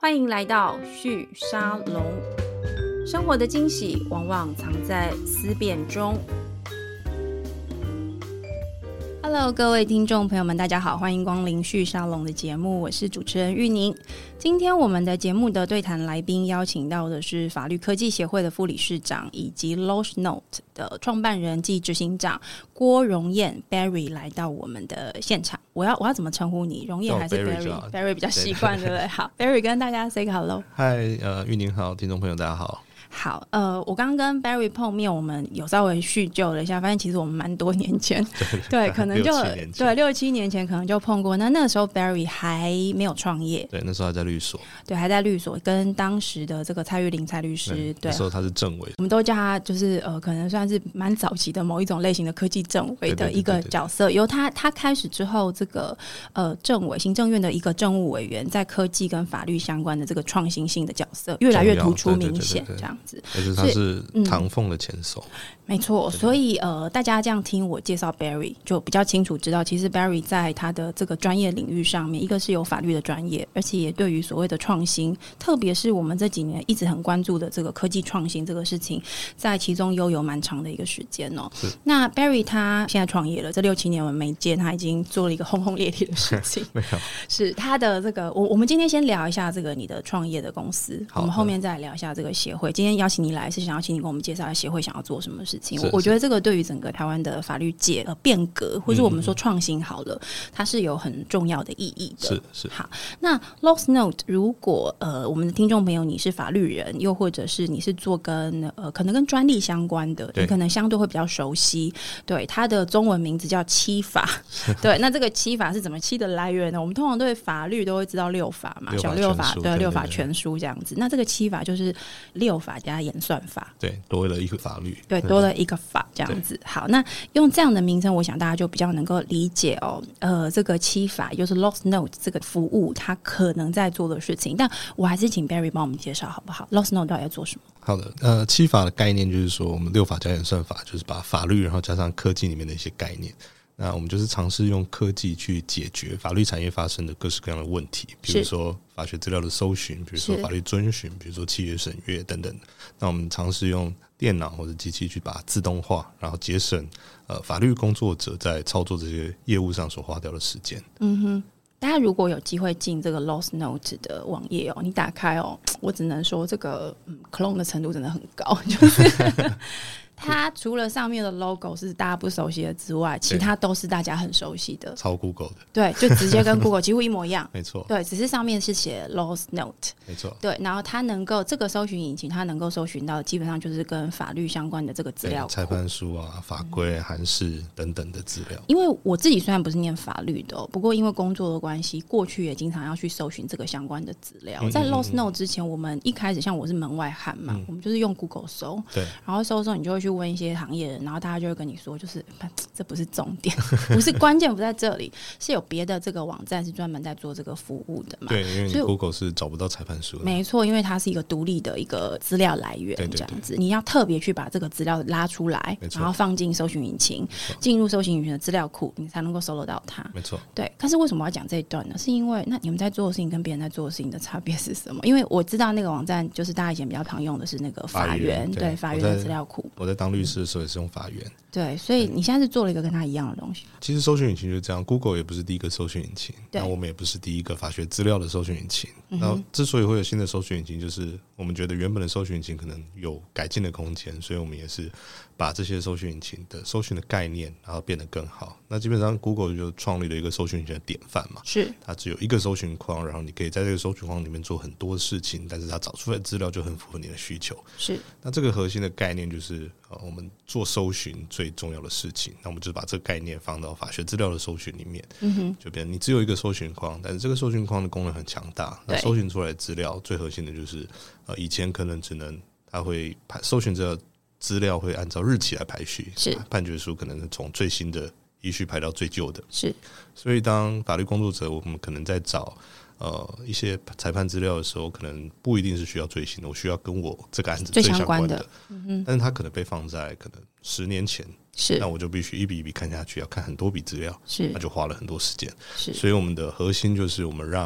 欢迎来到旭沙龙。生活的惊喜往往藏在思辨中。Hello， 各位听众朋友们，大家好，欢迎光临旭沙龙的节目，我是主持人玉宁。今天我们的节目的对谈来宾邀请到的是法律科技协会的副理事长，以及 LawsNote 的创办人暨执行长郭荣燕 Barry 来到我们的现场。我要怎么称呼你？荣燕还是 Barry？Barry 比较习惯，对不对？好 ，Barry 跟大家 say 个 hello。 嗨，玉宁好，听众朋友大家好。 好，我刚刚跟 Barry 碰面，我们有稍微叙旧了一下，发现其实我们蛮多年前，对，可能就6-7年前可能就碰过。那个时候 Barry 还没有创业， 对，那时候还在律所， 对，还在律所，跟当时的这个蔡玉玲蔡律师，对， 那时候他是政委， 我们都叫他就是可能算是蛮早期的某一种类型的科技政委的一个角色。由他开始之后，这个政委行政院的一个政务委员，在科技跟法律相关的这个创新性的角色越来越突出明显，这样。 而且他是唐凤的前手， 没错。所以大家这样听我介绍 Barry 就比较清楚知道，其实 Barry 在他的这个专业领域上面，一个是有法律的专业，而且也对于所谓的创新，特别是我们这几年一直很关注的这个科技创新这个事情，在其中悠有蛮长的一个时间哦。那 Barry 他现在创业了，这6-7年我们没见，他已经做了一个轰轰烈烈的事情。 没有， 是他的这个我们今天先聊一下这个你的创业的公司，我们后面再聊一下这个协会。今天邀请你来是想要请你跟我们介绍一下协会想要做什么事情。我觉得这个对于整个台湾的法律界变革，或者我们说创新好了，它是有很重要的意义的。 是。 好，那 LawsNote 如果我们的听众朋友你是法律人，又或者是你是做跟可能跟专利相关的，你可能相对会比较熟悉。对，它的中文名字叫七法。对，那这个七法是怎么七的来源呢？我们通常对法律都会知道六法嘛，小六法，对，六法全书这样子。那这个七法就是6法加演算法， 对，多了一个法律， 对，多了一个法这样子。好，那用这样的名称，我想大家就比较能够理解哦。这个七法就是 LawsNote 这个服务，它可能在做的事情。但我还是请 Barry 帮我们介绍好不好 ？LawsNote 到底在做什么？ 好的，七法的概念就是说，我们6法加演算法，就是把法律然后加上科技里面的一些概念。那我们就是尝试用科技去解决法律产业发生的各式各样的问题，比如说法学资料的搜寻，比如说法律遵循，比如说契约审阅等等。那我们尝试用电脑或者机器去把它自动化，然后节省法律工作者在操作这些业务上所花掉的时间。 大家如果有机会进这个 LawsNote 的网页哦，你打开哦，我只能说这个clone 的程度真的很高，就是它除了上面的 logo 是大家不熟悉的之外，其他都是大家很熟悉的， 超 Google 的， 对，就直接跟 Google 几乎一模一样， 没错， 对，只是上面是写 LawsNote， 没错， 对，然后它能够这个搜寻引擎，它能够搜寻到基本上就是跟法律相关的这个资料库， 裁判书啊、法规、函释等等的资料。 因为我自己虽然不是念法律的不过因为工作的关系，过去也经常要去搜寻这个相关的资料。在 LawsNote 之前，我们一开始像我是门外汉嘛，我们就是用 Google 搜，对，然后搜你就会去问一些行业人，然后大家就会跟你说，就是这不是重点，不是关键不在这里，是有别的这个网站是专门在做这个服务的嘛？ 对，因为你 Google 是找不到裁判书的， 没错，因为它是一个独立的一个资料来源，这样子，你要特别去把这个资料拉出来，然后放进搜寻引擎，进入搜寻引擎的资料库，你才能够搜得到它。 没错， 对。但是为什么要讲这一段呢？是因为那你们在做的事情跟别人在做的事情的差别是什么？因为我知道那个网站就是大家以前比较常用的是那个法源，对，法源的资料库。 我在当律师的时候也是用法源。 对，所以你现在是做了一个跟他一样的东西。 其实搜寻引擎就是这样 ，Google 也不是第一个搜寻引擎，那我们也不是第一个法学资料的搜寻引擎。那之所以会有新的搜寻引擎，就是我们觉得原本的搜寻引擎可能有改进的空间，所以我们也是把这些搜寻引擎的搜寻的概念，然后变得更好。那基本上 Google 就创立了一个搜寻引擎的典范嘛，是它只有一个搜寻框，然后你可以在这个搜寻框里面做很多事情，但是它找出来的资料就很符合你的需求。是，那这个核心的概念就是我们做搜寻最重要的事情，那我们就把这个概念放到法学资料的搜寻里面，就变成你只有一个搜寻框，但是这个搜寻框的功能很强大，那搜寻出来的资料最核心的就是以前可能只能它会搜寻这资料会按照日期来排序，是判决书可能是从最新的依序排到最旧的，是，所以当法律工作者我们可能在找一些裁判资料的时候，可能不一定是需要最新的，我需要跟我这个案子最相关的，但是它可能被放在可能10年前，是，那我就必须一笔一笔看下去，要看很多笔资料，是，那就花了很多时间，是，所以我们的核心就是我们让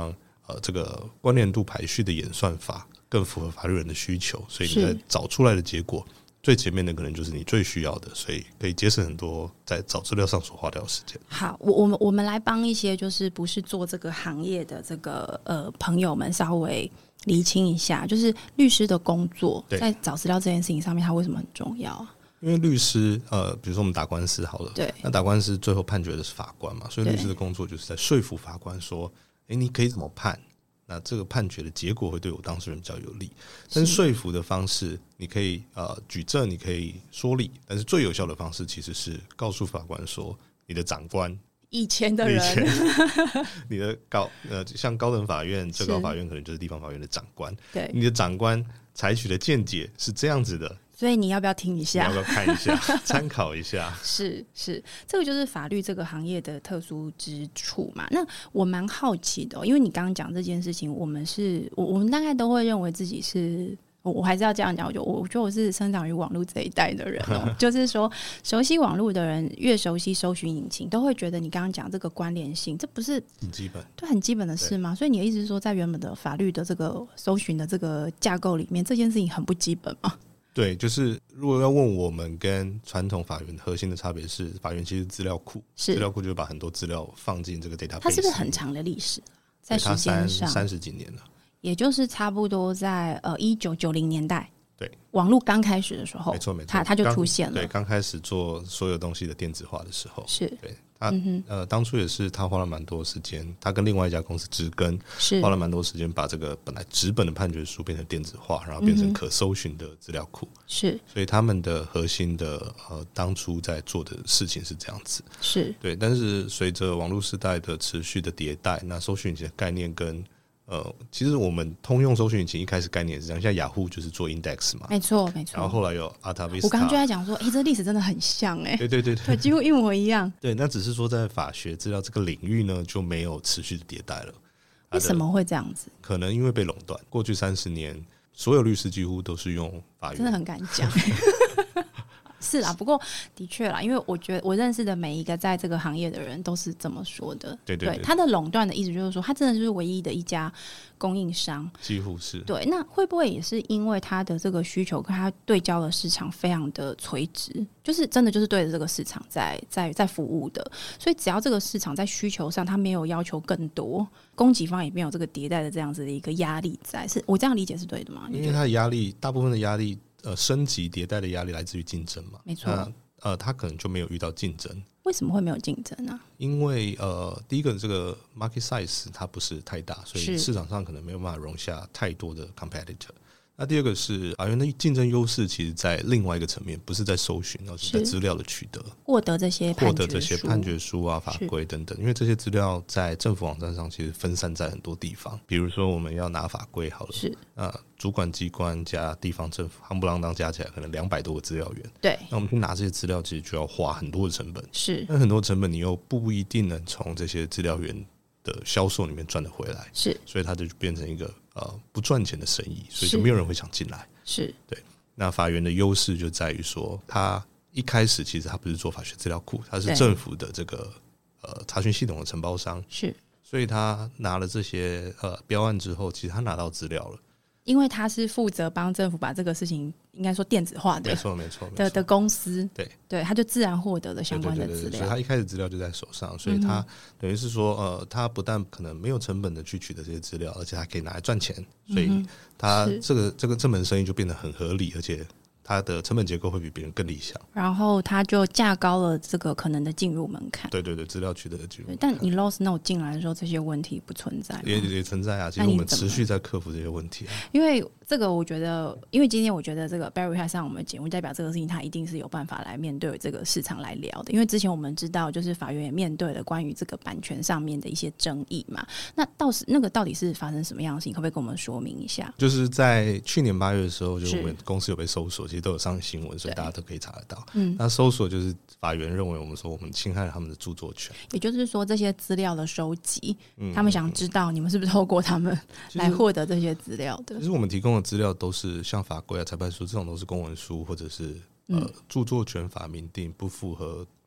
这个关联度排序的演算法更符合法律人的需求，所以你在找出来的结果最前面的可能就是你最需要的，所以可以节省很多在找资料上所花掉的时间。 好，我们来帮一些就是不是做这个行业的这个朋友们稍微厘清一下，就是律师的工作在找资料这件事情上面，它为什么很重要啊？ 因为律师比如说我们打官司好了， 对， 那打官司最后判决的是法官嘛，所以律师的工作就是在说服法官说，你可以怎么判？那这个判决的结果会对我当事人比较有利。但是说服的方式，你可以举证，你可以说理，但是最有效的方式其实是告诉法官说，你的长官以前的人， 你的像高等法院、最高法院可能就是地方法院的长官， 对， 你的长官采取的见解是这样子的。 所以你要不要听一下？ 你要不要看一下？参考一下？ 是，这个就是法律这个行业的特殊之处嘛。那我蛮好奇的因为你刚刚讲这件事情，我们大概都会认为自己是。我还是要这样讲，我觉得我是生长于网络这一代的人就是说，熟悉网络的人越熟悉搜寻引擎，都会觉得你刚刚讲这个关联性，这不是很基本， 对，很基本的事吗？所以你的意思是说，在原本的法律的这个搜寻的这个架构里面，这件事情很不基本吗？ 对，就是如果要问我们跟传统法院核心的差别是，法院其实资料库，资料库就是把很多资料放进这个 database。它是不是很长的历史？在时间上 30几年了。 也就是差不多在1990年代， 对， 网络刚开始的时候， 没错， 它就出现了。 对，刚开始做所有东西的电子化的时候， 是对他当初也是他花了蛮多时间，他跟另外一家公司直根花了蛮多时间，把这个本来纸本的判决书变成电子化，然后变成可搜寻的资料库。 是， 所以他们的核心的当初在做的事情是这样子。 是对， 但是随着网络时代的持续的迭代，那搜寻引擎的概念跟其实我们通用搜寻引擎一开始概念是这样，像雅虎就是做 index 嘛， 没错。 然后后来有 AltaVista， 我刚刚就在讲说，这历史真的很像对， 几乎一模一样。 对，那只是说在法学资料这个领域呢，就没有持续的迭代了。 为什么会这样子？可能因为被垄断。过去30年，所有律师几乎都是用法院， 真的很敢讲。是啦，不过的确啦，因为我觉得我认识的每一个在这个行业的人都是这么说的。对，他的垄断的意思就是说，他真的就是唯一的一家供应商， 几乎是。 对，那会不会也是因为他的这个需求跟他对焦的市场非常的垂直，就是真的就是对着这个市场在服务的，所以只要这个市场在需求上他没有要求更多，供给方也没有这个迭代的这样子的一个压力在，是我这样理解是对的吗？ 因为他的压力，大部分的压力。升级迭代的压力来自于竞争嘛， 没错。 他可能就没有遇到竞争。 为什么会没有竞争呢？ 因为第一个这个 market size 它不是太大，所以市场上可能没有办法容下太多的 competitor。那第二个是法院的竞争优势，其实在另外一个层面，不是在搜寻，而是在资料的取得， 获得这些判决书啊、法规等等。因为这些资料在政府网站上其实分散在很多地方，比如说我们要拿法规好了， 是主管机关加地方政府夯不啷当加起来可能200多个资料源， 对， 那我们去拿这些资料，其实就要花很多的成本， 是， 那很多成本你又不一定能从这些资料源的销售里面赚得回来， 是， 所以它就变成一个不赚钱的生意，所以就没有人会想进来。 是，对。 那法源的优势就在于说，它一开始其实它不是做法学资料库，它是政府的这个查询系统的承包商， 是， 所以他拿了这些标案之后，其实他拿到资料了。 因为他是负责帮政府把这个事情应该说电子化的， 没错的公司， 对， 他就自然获得了相关的资料， 所以他一开始资料就在手上，所以他等于是说他不但可能没有成本的去取得这些资料，而且他可以拿来赚钱，所以他这门生意就变得很合理，而且它的成本结构会比别人更理想， 然后它就架高了这个可能的进入门槛。 对，资料取得的进入门槛。 但你 Lost Note 进来的时候，这些问题不存在吗？ 也存在啊。其实我们持续在克服这些问题啊。 因为这个，我觉得，因为今天我觉得这个 Barry 他上我们节目，代表这个事情他一定是有办法来面对这个市场来聊的。因为之前我们知道，就是法院也面对了关于这个版权上面的一些争议嘛。那到底是发生什么样的事情？可不可以跟我们说明一下？ 就是在去年8月的时候，就我们公司有被搜索，其实都有上新闻，所以大家都可以查得到。那搜索就是法院认为我们侵害了他们的著作权， 也就是说这些资料的收集，他们想知道你们是不是透过他们来获得这些资料的。 其实我们提供的资料都是像法规啊、裁判书这种都是公文书，或者是著作权法明定不符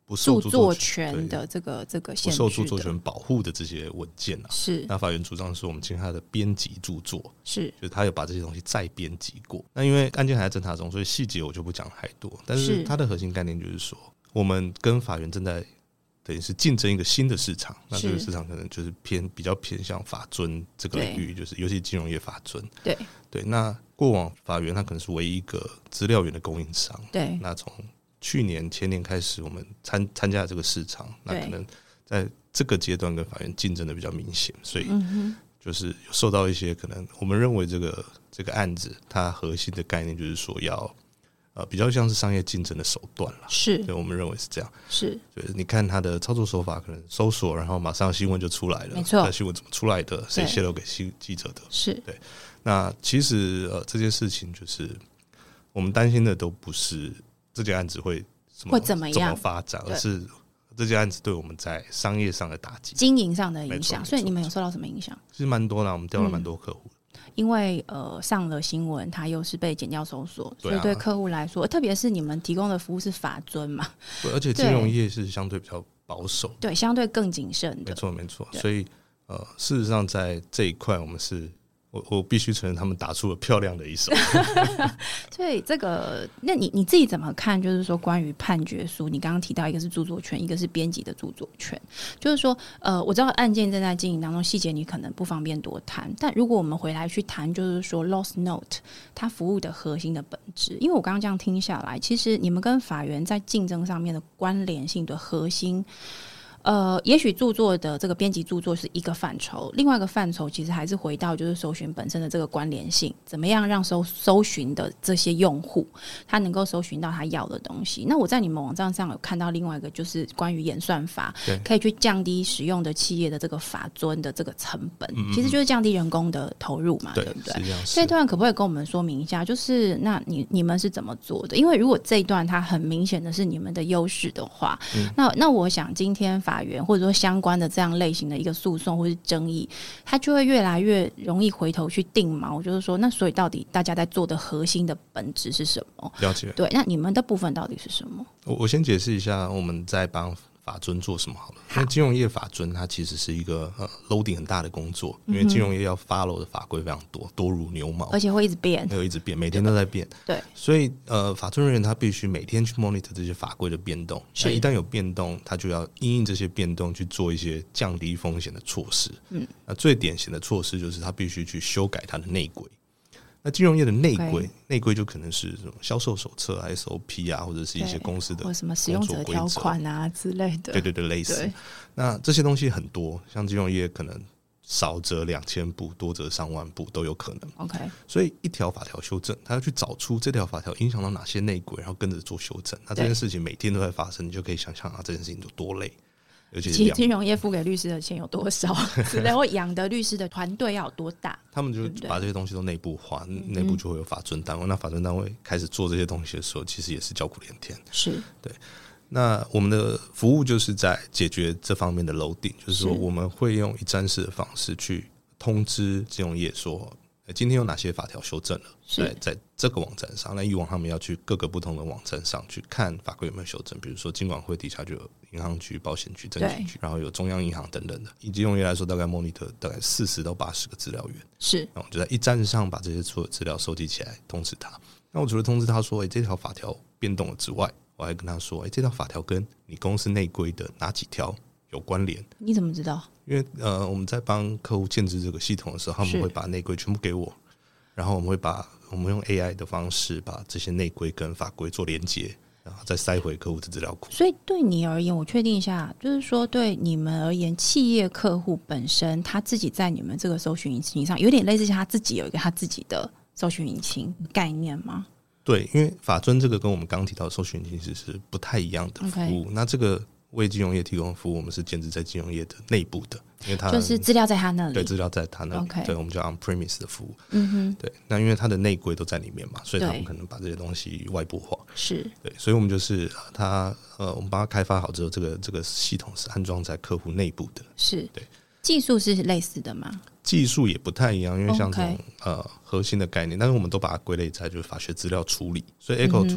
不受著作权的这个限制的， 不受著作权保护的这些文件啊。 是， 那法院主张是我们进行他的编辑著作， 是， 就是他有把这些东西再编辑过。那因为案件还在侦查中，所以细节我就不讲太多。但是它的核心概念就是说，我们跟法院正在等于是竞争一个新的市场，那这个市场可能就是比较偏向法遵这个领域，就是尤其金融业法遵。对，那过往法院它可能是唯一一个资料源的供应商。 对， 那从去年前年开始，我们参加这个市场，那可能在这个阶段跟法院竞争的比较明显，所以就是有受到一些可能我们认为这个案子它核心的概念就是说要比较像是商业竞争的手段啦， 是， 对，我们认为是这样， 是， 就是你看它的操作手法，可能搜索，然后马上新闻就出来了， 没错， 那新闻怎么出来的？谁泄露给记者的？ 是， 对。那其实这件事情就是我们担心的都不是这件案子会怎么发展，而是这件案子对我们在商业上的打击、 经营上的影响。所以你们有受到什么影响？ 其实蛮多啦，我们调了蛮多客户。 因为上了新闻，它又是被检调搜索，所以对客户来说，特别是你们提供的服务是法遵嘛， 对，而且金融业是相对比较保守， 对，相对更谨慎的， 没错。所以事实上在这一块，我们是。我必须承认，他们打出了漂亮的一手。 所以这个，那你自己怎么看？就是说，关于判决书，你刚刚提到一个是著作权，一个是编辑的著作权。就是说，我知道案件正在进行当中，细节你可能不方便多谈。但如果我们回来去谈，就是说 ，Lost Note 它服务的核心的本质，因为我刚刚这样听下来，其实你们跟法院在竞争上面的关联性的核心。也许著作的这个编辑著作是一个范畴，另外一个范畴其实还是回到就是搜寻本身的这个关联性，怎么样让搜寻的这些用户他能够搜寻到他要的东西。那我在你们网站上有看到另外一个就是关于演算法，可以去降低使用的企业的这个法遵的这个成本，其实就是降低人工的投入嘛，对不对？这一段可不可以跟我们说明一下，就是那你们是怎么做的？因为如果这一段它很明显的是你们的优势的话，那我想今天法院或者说相关的这样类型的一个诉讼或是争议，它就会越来越容易回头去定锚，就是说那所以到底大家在做的核心的本质是什么？ 了解。 对，那你们的部分到底是什么？ 我先解释一下我们在帮法遵做什么好了。因为金融业法遵它其实是一个loading 很大的工作，因为金融业要 follow 的法规非常多如牛毛， 而且会一直变， 每天都在变。 对， 所以法遵人员他必须每天去 monitor 这些法规的变动，那一旦有变动，他就要因应这些变动去做一些降低风险的措施。那最典型的措施就是他必须去修改他的内规。那金融业的内规就可能是什么销售手册啊、SOP 啊，或者是一些公司的或什么使用者条款啊之类的。 对，类似。那这些东西很多，像金融业可能少则2000部，多则上万部都有可能。 OK， 所以一条法条修正，他要去找出这条法条影响到哪些内规，然后跟着做修正。那这件事情每天都在发生，你就可以想象这件事情有多累。 其实金融业付给律师的钱有多少，然后养的律师的团队要有多大， 他们就把这些东西都内部化，内部就会有法遵单位。那法遵单位开始做这些东西的时候，其实也是叫苦连天。 是，对。 那我们的服务就是在解决这方面的loading，就是说我们会用一站式的方式去通知金融业说，今天有哪些法条修正了，在这个网站上。那以往他们要去各个不同的网站上去看法规有没有修正，比如说金管会底下就有银行局、保险局、证券局，然后有中央银行等等的。以金融业来说，大概 monitor 大概40到80个资料源， 是。 那我们就在一站上把这些所有资料收集起来，通知他。那我除了通知他说，这条法条变动了之外，我还跟他说，这条法条跟你公司内规的哪几条有关联？ 你怎么知道？ 因为我们在帮客户建置这个系统的时候，他们会把内规全部给我，然后我们用 AI 的方式把这些内规跟法规做连结，然后再塞回客户的资料库。 所以对你而言，我确定一下，就是说对你们而言，企业客户本身他自己在你们这个搜寻引擎上，有点类似像他自己有一个他自己的搜寻引擎概念吗？ 对，因为法遵这个跟我们刚刚提到的搜寻引擎其实是不太一样的服务。那这个为金融业提供的服务，我们是建置在金融业的内部的，因为它就是资料在他那里， 对，资料在他那里，对，我们叫 on-premise 的服务。对，那因为它的内规都在里面嘛，所以他们可能把这些东西外部化， 是对，所以我们就是我们帮他开发好之后，这个系统是安装在客户内部的， 是对。 技术是类似的吗？ 技术也不太一样，因为像这种核心的概念，但是我们都把它归类在就是法学资料处理，所以 Echo 2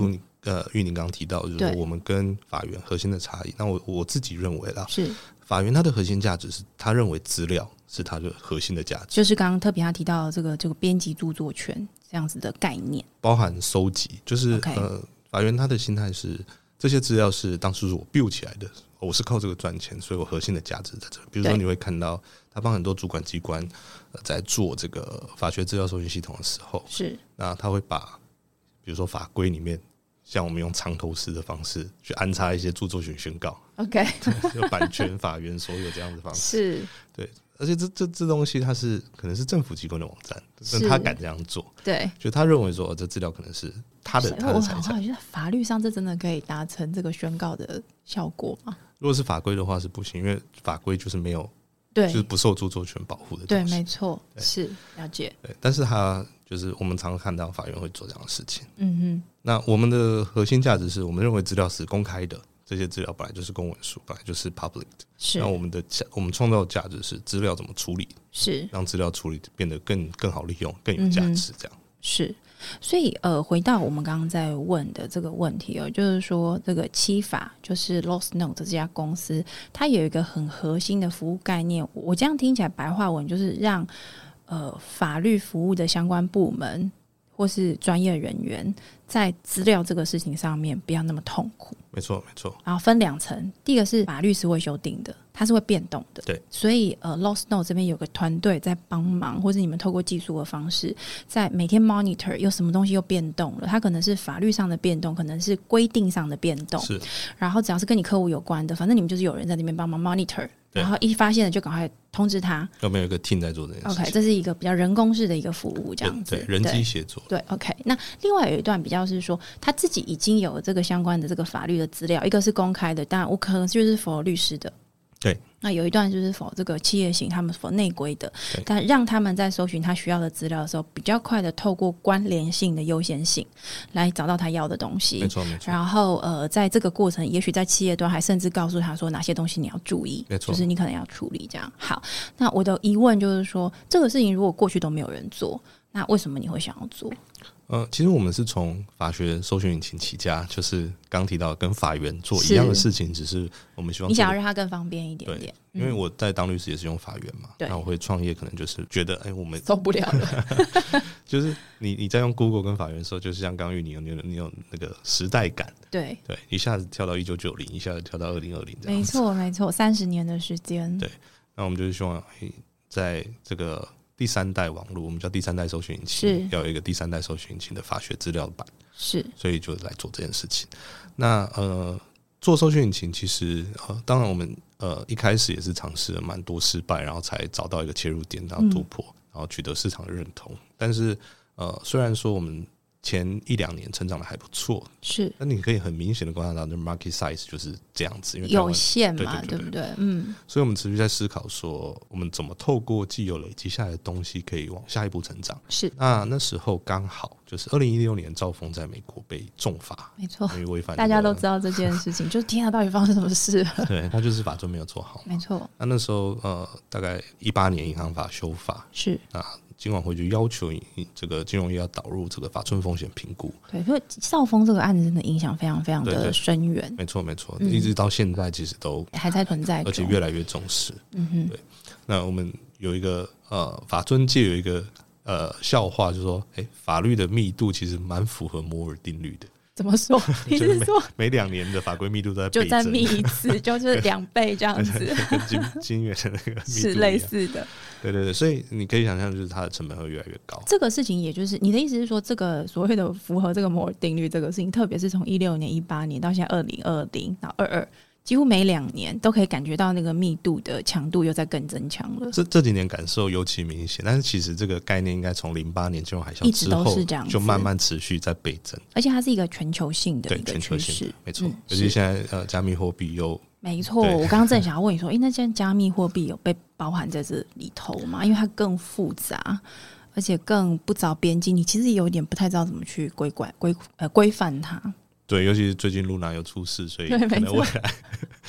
玉宁刚刚提到就是说我们跟法源核心的差异，那我自己认为啦， 是法源它的核心价值是他认为资料是它的核心的价值， 就是刚刚特别他提到这个编辑著作权这样子的概念， 包含收集，就是法源他的心态是这些资料是当初是我 build 起来的，我是靠这个赚钱，所以我核心的价值在这。比如说你会看到他帮很多主管机关在做这个法学资料搜寻系统的时候， 是那他会把比如说法规里面，像我们用藏头诗的方式去安插一些著作权宣告 ，OK， 有版权法源所有这样的方式， 是对。而且这东西它是可能是政府机关的网站，但他敢这样做， 对， 就他认为说这资料可能是他的财产。 我觉得法律上这真的可以达成这个宣告的效果吗？ 如果是法规的话是不行，因为法规就是没有， 对， 就是不受著作权保护的东西。 对，没错，是了解。 对，但是他就是我们常常看到法院会做这样的事情。 嗯哼， 那我们的核心价值是我们认为资料是公开的。这些资料本来就是公文书，本来就是 public 的。 是， 那我们创造的价值是资料怎么处理， 是让资料处理变得更好利用，更有价值。这样、 是，所以回到我们刚刚在问的这个问题就是说这个七法就是 LawsNote 这家公司，它有一个很核心的服务概念。我这样听起来白话文就是让法律服务的相关部门或是专业人员在资料这个事情上面不要那么痛苦。 没错没错。 然后分两层，第一个是法律是会修订的，它是会变动的， 对。 所以LawsNote 这边有个团队在帮忙，或是你们透过技术的方式在每天 monitor 有什么东西又变动了，它可能是法律上的变动，可能是规定上的变动， 是。 然后只要是跟你客户有关的，反正你们就是有人在那边帮忙 monitor，然后一发现了就赶快通知他。 有没有一个 team 在做这件事情 ？OK， 这是一个比较人工式的一个服务，这样子， 对，人机协作。 对 ，OK。那另外有一段比较是说，他自己已经有这个相关的这个法律的资料，一个是公开的，当然我可能就是否律师的。 对， 那有一段就是否这个企业型，他们否内规的，但让他们在搜寻他需要的资料的时候，比较快的透过关联性的优先性来找到他要的东西。 没错没错。 然后在这个过程，也许在企业端还甚至告诉他说哪些东西你要注意， 没错， 就是你可能要处理这样。好，那我的疑问就是说，这个事情如果过去都没有人做，那为什么你会想要做？ 其实我们是从法学搜寻引擎起家，就是刚提到跟法源做一样的事情，只是我们希望你想要让它更方便一点点。 对，因为我在当律师也是用法源嘛，那我会创业可能就是觉得我们受不了了就是你在用 Google 跟法源的时候，就是像刚玉你有那个时代感， 对， 一下子跳到1990，一下子跳到2020， 没错没错，30年的时间。 对，那我们就是希望在这个第三代网络，我们叫第三代搜寻引擎，要有一个第三代搜寻引擎的法学资料版， 是， 所以就来做这件事情。那做搜寻引擎其实当然我们一开始也是尝试了蛮多失败，然后才找到一个切入点，然后突破，然后取得市场的认同。但是虽然说我们前1-2年成长的还不错， 是， 那你可以很明显的观察到，那 market size 就是这样子，因为有限嘛，对不对？ 所以我们持续在思考说，我们怎么透过既有累积下来的东西，可以往下一步成长。 是， 那时候刚好就是2016年，兆丰在美国被重罚， 没错， 因为违反、 大家都知道这件事情，就是天啊，到底发生什么事了？ 对，他就是法遵没有做好， 没错。 那时候大概18年银行法修法， 是金管会就要求这个金融业要导入这个法遵风险评估。 对，所以兆丰这个案子真的影响非常非常的深远。 没错没错，一直到现在其实都还在存在中， 而且越来越重视。对。那我们有一个法遵界有一个笑话，就是说，法律的密度其实蛮符合摩尔定律的。 怎么说？你是说每2年的法规密度都在就再密一次，就是2倍这样子， 跟金元的那个密度是类似的。 对对对，所以你可以想象，就是它的成本会越来越高。 这个事情，也就是你的意思是说，这个所谓的符合这个摩尔定律这个事情，特别是从16年、18年到现在2020到22。几乎每2年都可以感觉到那个密度的强度又在更增强了。 这几年感受尤其明显，但是其实这个概念应该从08年金融海啸之后就慢慢持续在倍增， 而且它是一个全球性的一个趋势， 没错。尤其现在加密货币又没错。我刚刚正想要问你说，那现在加密货币有被包含在这里头吗？因为它更复杂，而且更不着边际，你其实有点不太知道怎么去规范它。 对，尤其是最近 Luna 又出事，所以可能未来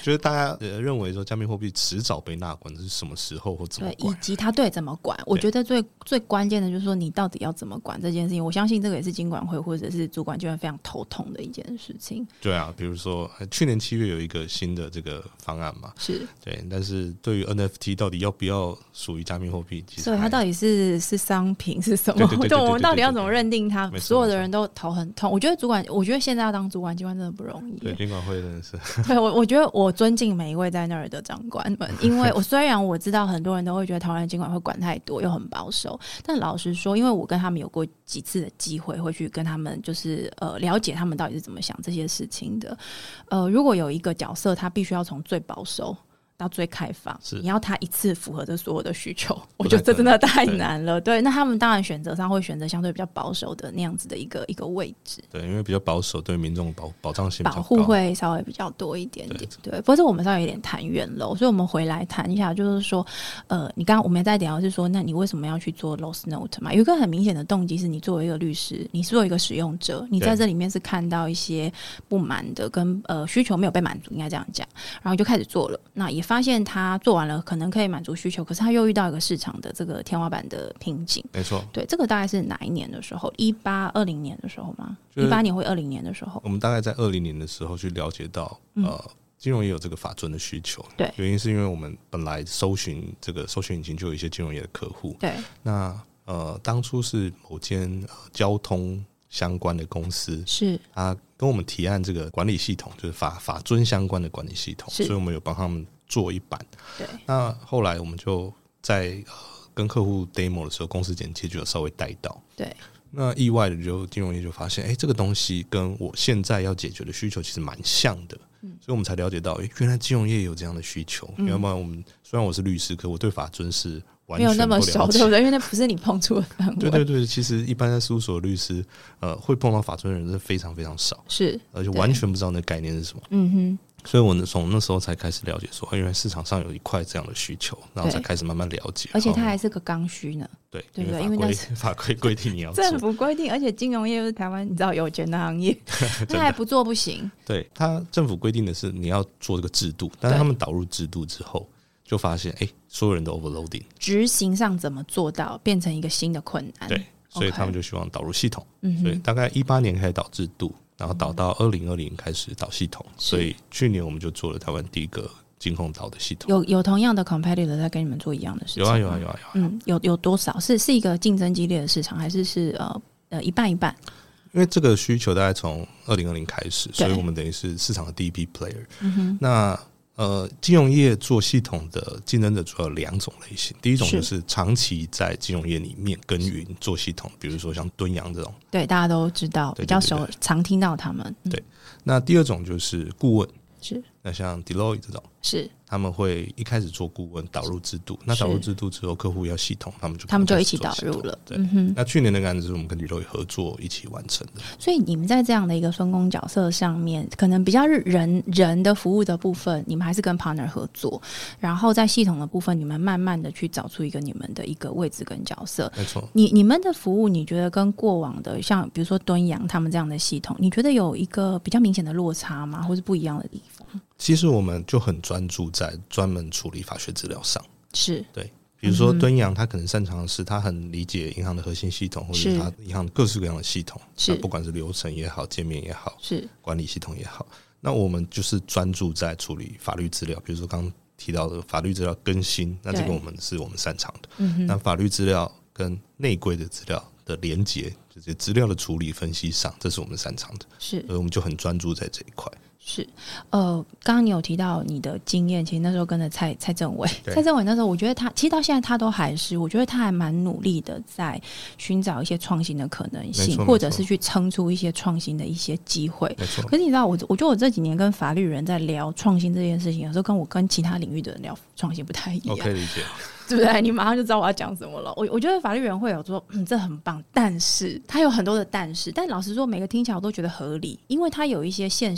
就是大家认为说加密货币迟早被纳管的是什么时候或怎么管， 以及它怎么管。我觉得最关键的就是说你到底要怎么管这件事情。我相信这个也是金管会或者是主管机关非常头痛的一件事情。 对啊，比如说去年7月有一个新的这个方案嘛， 是对，但是对于 NFT 到底要不要属于加密货币， 所以它到底是商品是什么？对，我们到底要怎么认定它？所有的人都头很痛。我觉得现在要当主管机关真的不容易。 对，金管会真的是。 对，我觉得我尊敬每一位在那儿的长官们，因为虽然我知道很多人都会觉得台湾的金管会管太多又很保守，但老实说，因为我跟他们有过几次的机会，会去跟他们就是了解他们到底是怎么想这些事情的。如果有一个角色，他必须要从最保守到最开放，你要他一次符合这所有的需求，我觉得这真的太难了。 对，那他们当然选择上会选择相对比较保守的那样子的一个位置。对， 因为比较保守，对民众保障性比较高， 保护会稍微比较多一点点。 对，不过我们稍微有点谈远了，所以我们回来谈一下，就是说你刚刚我们在聊的是说，那你为什么要去做 Lost Note 嘛？有一个很明显的动机是，你作为一个律师，你作为一个使用者，你在这里面是看到一些不满的跟需求没有被满足，应该这样讲，然后就开始做了。那也发现他做完了可能可以满足需求，可是他又遇到一个市场的这个天花板的瓶颈。 没错， 对，这个大概是哪一年的时候？20年的时候吗？18年或20年的时候？ 我们大概在20年的时候去了解到，金融业有这个法遵的需求。 对， 原因是因为我们本来搜寻引擎就有一些金融业的客户。 对， 那当初是某间交通相关的公司， 是他跟我们提案这个管理系统，就是法遵相关的管理系统，所以我们有帮他们做一版。 对， 那后来我们就在跟客户 demo 的时候，公司简介就有稍微带到。 对， 那意外的金融业就发现，这个东西跟我现在要解决的需求其实蛮像的。所以我们才了解到，原来金融业有这样的需求。要不然虽然我是律师，可我对法遵是完全没有那么熟，对不对？因为那不是你碰触的范围。 对，其实一般在事务所的律师，会碰到法遵的人是非常非常少， 是， 而且完全不知道那个概念是什么。所以我从那时候才开始了解说，原来市场上有一块这样的需求，然后才开始慢慢了解。 而且它还是个刚需呢。 对， 对不对？ 因为法规规定你要做， 政府规定，而且金融业又是台湾你知道有钱的行业，他还不做不行。 对，他政府规定的是你要做这个制度，但是他们导入制度之后，就发现所有人都 overloading， 执行上怎么做到变成一个新的困难。 对，所以他们就希望导入系统。所以大概18年开始导制度，然后导到2020开始导系统，所以去年我们就做了台湾第一个金控导的系统。有同样的 competitor 在跟你们做一样的事情？ 有啊。 有多少？是一个竞争激烈的市场，还是一半一半？ 因为这个需求大概从2020开始，所以我们等于是市场的第一批 player。那金融业做系统的竞争者主要有2种类型，第一种就是长期在金融业里面耕耘做系统，比如说像敦洋这种， 对，大家都知道，比较熟，常听到他们。 对，那第二种就是顾问， 是， 那像 Deloitte 这种， 是他们会一开始做顾问，导入制度，那导入制度之后客户要系统，他们就一起导入了。 对，那去年的案子是我们跟 Deloitte 合作一起完成的。 所以你们在这样的一个分工角色上面，可能比较人的服务的部分你们还是跟 partner 合作，然后在系统的部分你们慢慢的去找出一个你们的一个位置跟角色。 没错， 你们的服务你觉得跟过往的像比如说敦洋他们这样的系统，你觉得有一个比较明显的落差吗？或是不一样的地方？ 其实我们就很专注在专门处理法学资料上。 是， 对，比如说敦洋他可能擅长的是他很理解银行的核心系统，或者是他银行各式各样的系统，不管是流程也好，界面也好，是管理系统也好，那我们就是专注在处理法律资料，比如说刚刚提到的法律资料更新，那这个我们擅长的。那法律资料跟内规的资料的连结，就是资料的处理分析上，这是我们擅长的，是，所以我们就很专注在这一块。 是，刚刚你有提到你的经验，其实那时候跟着蔡政委那时候，我觉得他其实到现在他都还是，我觉得他还蛮努力的在寻找一些创新的可能性，或者是去撑出一些创新的一些机会。可是你知道我觉得我这几年跟法律人在聊创新这件事情，有时候跟我跟其他领域的人聊创新不太一样。 我可以理解， 对不对？你马上就知道我要讲什么了。我觉得法律人会有说这很棒，但是他有很多的但是，但老实说每个听起来我都觉得合理，因为他有一些现实规范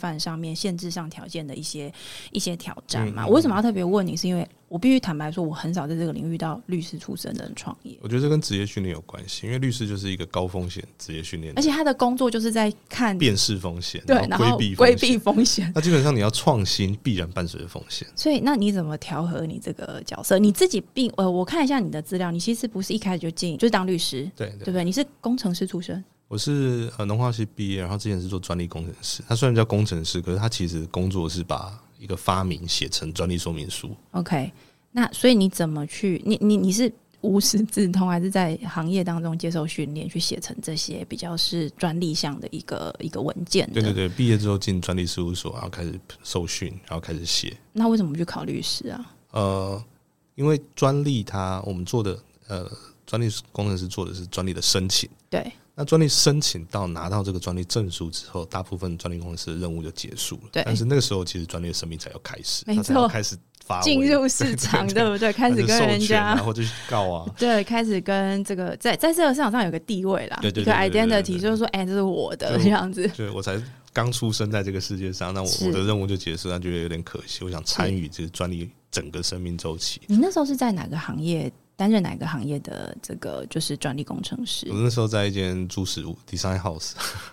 范上面限制上条件的一些挑战嘛。我为什么要特别问你，是因为我必须坦白说，我很少在这个领域遇到律师出身的人创业。 我觉得这跟职业训练有关系，因为律师就是一个高风险职业训练， 而且他的工作就是在看辨识风险， 对，然后规避风险。 那基本上你要创新，必然伴随着风险。 所以，那你怎么调和你这个角色？你自己我看一下你的资料，你其实不是一开始就就是当律师，对不对？你是工程师出身。 我是农化系毕业，然后之前是做专利工程师。他虽然叫工程师，可是他其实工作是把一个发明写成专利说明书。 OK。那所以你怎么去你是无师自通，还是在行业当中接受训练去写成这些比较是专利项的一个文件的？ 对，毕业之后进专利事务所，然后开始受训，然后开始写。 那为什么不去考律师啊？ 因为专利我们做的专利工程师做的是专利的申请。 对。 那专利申请到拿到这个专利证书之后，大部分专利工程师的任务就结束了。对。但是那个时候其实专利的生命才要开始， 没错， 才要开始进入市场，对不对？开始跟人家， 然后就去告啊， 对，开始跟这个在这个市场上有个地位啦， 对， 一个 identity， 就是说，这是我的这样子。 对，我才刚出生在这个世界上，那我的任务就结束，那觉得有点可惜。我想参与这个专利整个生命周期。 你那时候是在哪个行业？担任哪个行业的这个就是专利工程师？ 我那时候在一间租食物 design house。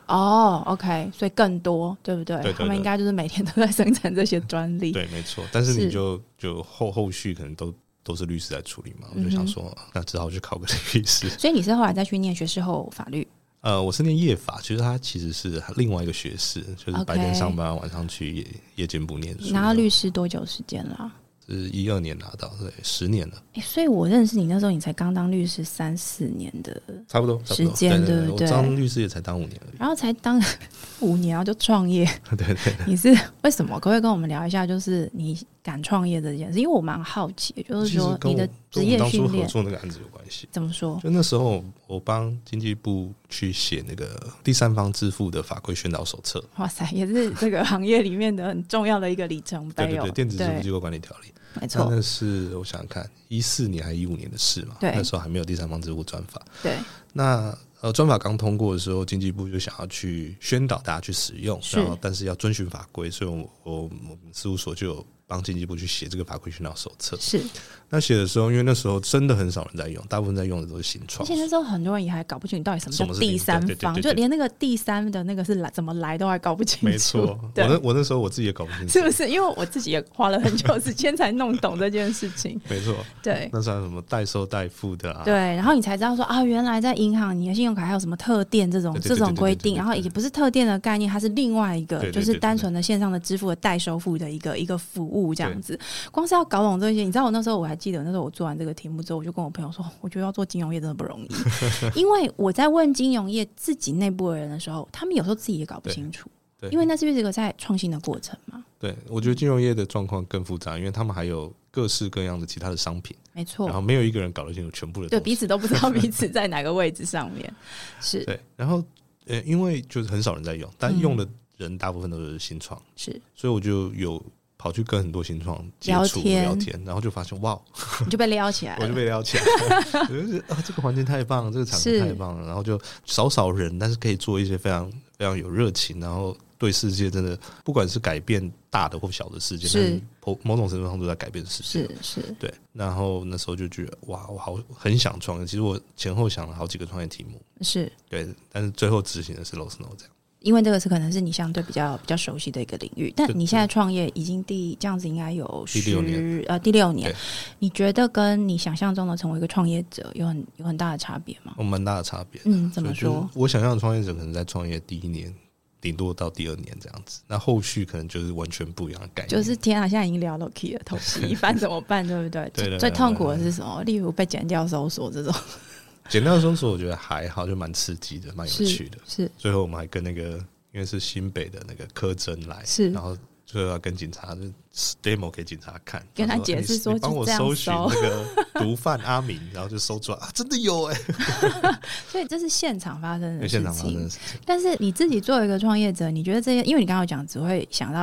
OK， 所以更多，对不对？对，他们应该就是每天都在生产这些专利。 对，没错。但是你就后续可能都是律师在处理嘛，我就想说，那只好去考个律师。 所以你是后来再去念学士后法律？ 我是念业法，其实它其实是另外一个学士，就是白天上班，晚上去夜间部念书。 拿到律师多久时间了？ 是12年拿到，对，10年了。 所以我认识你那时候，你才刚当律师3-4年的差不多时间，对不对？ 我当律师也才当5年而已， 然后才当5年，然后就创业。 对， 你是为什么？可不可以跟我们聊一下，就是你敢创业这件事？因为我蛮好奇，就是说你的职业训练，跟我们当初合作那个案子有关系。 怎么说？ 就那时候我帮经济部去写那个第三方支付的法规宣导手册。 哇塞，也是这个行业里面的很重要的一个里程碑。 对，电子支付机构管理条例。 没错， 那是我想想看，14年还是15年的事嘛？对，那时候还没有第三方支付专法。 对， 那专法刚通过的时候，经济部就想要去宣导大家去使用，然后但是要遵循法规，所以我们事务所就有帮经济部去写这个法规宣导手册。是，那写的时候，因为那时候真的很少人在用，大部分在用的都是新创， 而且那时候很多人也还搞不清楚到底什么叫第三方，就连那个第三的那个是怎么来都还搞不清楚。 没错，我那时候我自己也搞不清楚， 是不是？因为我自己也花了很久时间才弄懂这件事情。 没错， 对， 那算什么代收代付的啊？ 对，然后你才知道说啊，原来在银行你的信用卡还有什么特电这种规定，然后也不是特电的概念，它是另外一个就是单纯的线上的支付的代收付的一个服务这样子。光是要搞懂这些，你知道我那时候我还记得，那时候我做完这个题目之后，我就跟我朋友说，我觉得要做金融业真的不容易，因为我在问金融业自己内部的人的时候，他们有时候自己也搞不清楚，因为那是不是一个在创新的过程嘛？ 对，我觉得金融业的状况更复杂，因为他们还有各式各样的其他的商品， 没错， 然后没有一个人搞得清楚全部的东西， 对，彼此都不知道彼此在哪个位置上面，是对，然后因为就是很少人在用，但用的人大部分都是新创， 是， 所以我就有跑去跟很多新创接触聊天，然后就发现哇， 你就被撩起来了， 我就被撩起来了，我就是这个环境太棒了，这个场景太棒了，然后就少人，但是可以做一些非常非常有热情，然后对世界真的不管是改变大的或小的事件，是某种程度上都在改变世界，是对。然后那时候就觉得哇，我很想创业，其实我前后想了好几个创业题目，是对，但是最后执行的是 Losno 这样。 因为这个是可能是你相对比较熟悉的一个领域，但你现在创业已经这样子应该有第六年，你觉得跟你想象中的成为一个创业者有很大的差别吗？ 蛮大的差别。 怎么说？ 我想象的创业者可能在创业第1年，顶多到第2年这样子，那后续可能就是完全不一样的概念。 就是天啊，现在已经聊到 key 了，同时一般怎么办，对不对？对，最痛苦的是什么？例如被检调搜索这种。 简单的搜索我觉得还好，就蛮刺激的，蛮有趣的。是，最后我们还跟那个因为是新北的那个柯侦来，是，然后最后要跟警察就 demo 给警察看， 跟他解释说， 你帮我搜寻那个毒贩阿明，然后就搜出来啊，真的有所以这是现场发生的事情。 现场发生的事情。 但是你自己作为一个创业者，你觉得这些，因为你刚刚讲只会想到